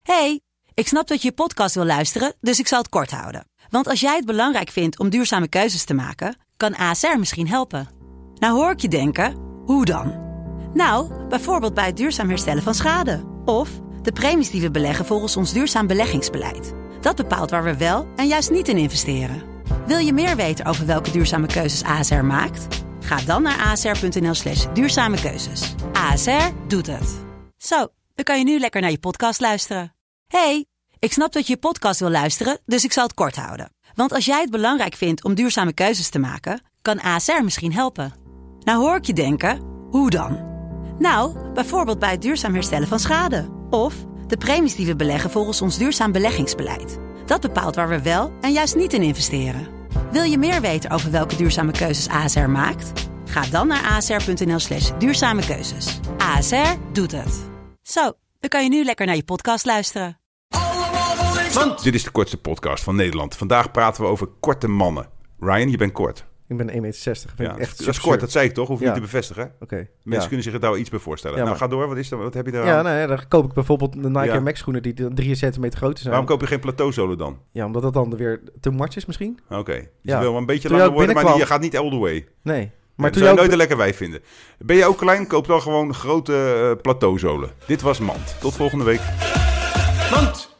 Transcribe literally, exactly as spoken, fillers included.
Hey, ik snap dat je je podcast wil luisteren, dus ik zal het kort houden. Want als jij het belangrijk vindt om duurzame keuzes te maken, kan A S R misschien helpen. Nou hoor ik je denken, hoe dan? Nou, bijvoorbeeld bij het duurzaam herstellen van schade. Of de premies die we beleggen volgens ons duurzaam beleggingsbeleid. Dat bepaalt waar we wel en juist niet in investeren. Wil je meer weten over welke duurzame keuzes A S R maakt? Ga dan naar asr.nl slash duurzame keuzes. A S R doet het. Zo, dan kan je nu lekker naar je podcast luisteren. Hey, ik snap dat je je podcast wil luisteren, dus ik zal het kort houden. Want als jij het belangrijk vindt om duurzame keuzes te maken, kan A S R misschien helpen. Nou hoor ik je denken, hoe dan? Nou, bijvoorbeeld bij het duurzaam herstellen van schade. Of de premies die we beleggen volgens ons duurzaam beleggingsbeleid. Dat bepaalt waar we wel en juist niet in investeren. Wil je meer weten over welke duurzame keuzes A S R maakt? Ga dan naar asr.nl slash duurzame keuzes. A S R doet het. Zo, dan kan je nu lekker naar je podcast luisteren. Want dit is de kortste podcast van Nederland. Vandaag praten we over korte mannen. Ryan, je bent kort. Ik ben één meter zestig. Ja, echt dat is kort, dat zei ik toch? Hoef je ja. niet te bevestigen. Okay. Mensen ja. kunnen zich daar wel iets bij voorstellen. Ja, nou, maar... ga door. Wat, is dat? Wat heb je daar Ja, aan? nou ja, dan koop ik bijvoorbeeld de Nike ja. Air Max schoenen die drie centimeter groter zijn. Waarom koop je geen plateauzolen dan? Ja, omdat dat dan weer te much is misschien. Oké. Okay. Dus ja. je wil wel een beetje toen langer worden, maar binnenkwam... je gaat niet all the way. Nee. Maar ja, toen zou je nooit een lekker wijf vinden. Ben je ook klein? Koop dan gewoon grote uh, plateauzolen. Dit was Mand. Tot volgende week. Mand!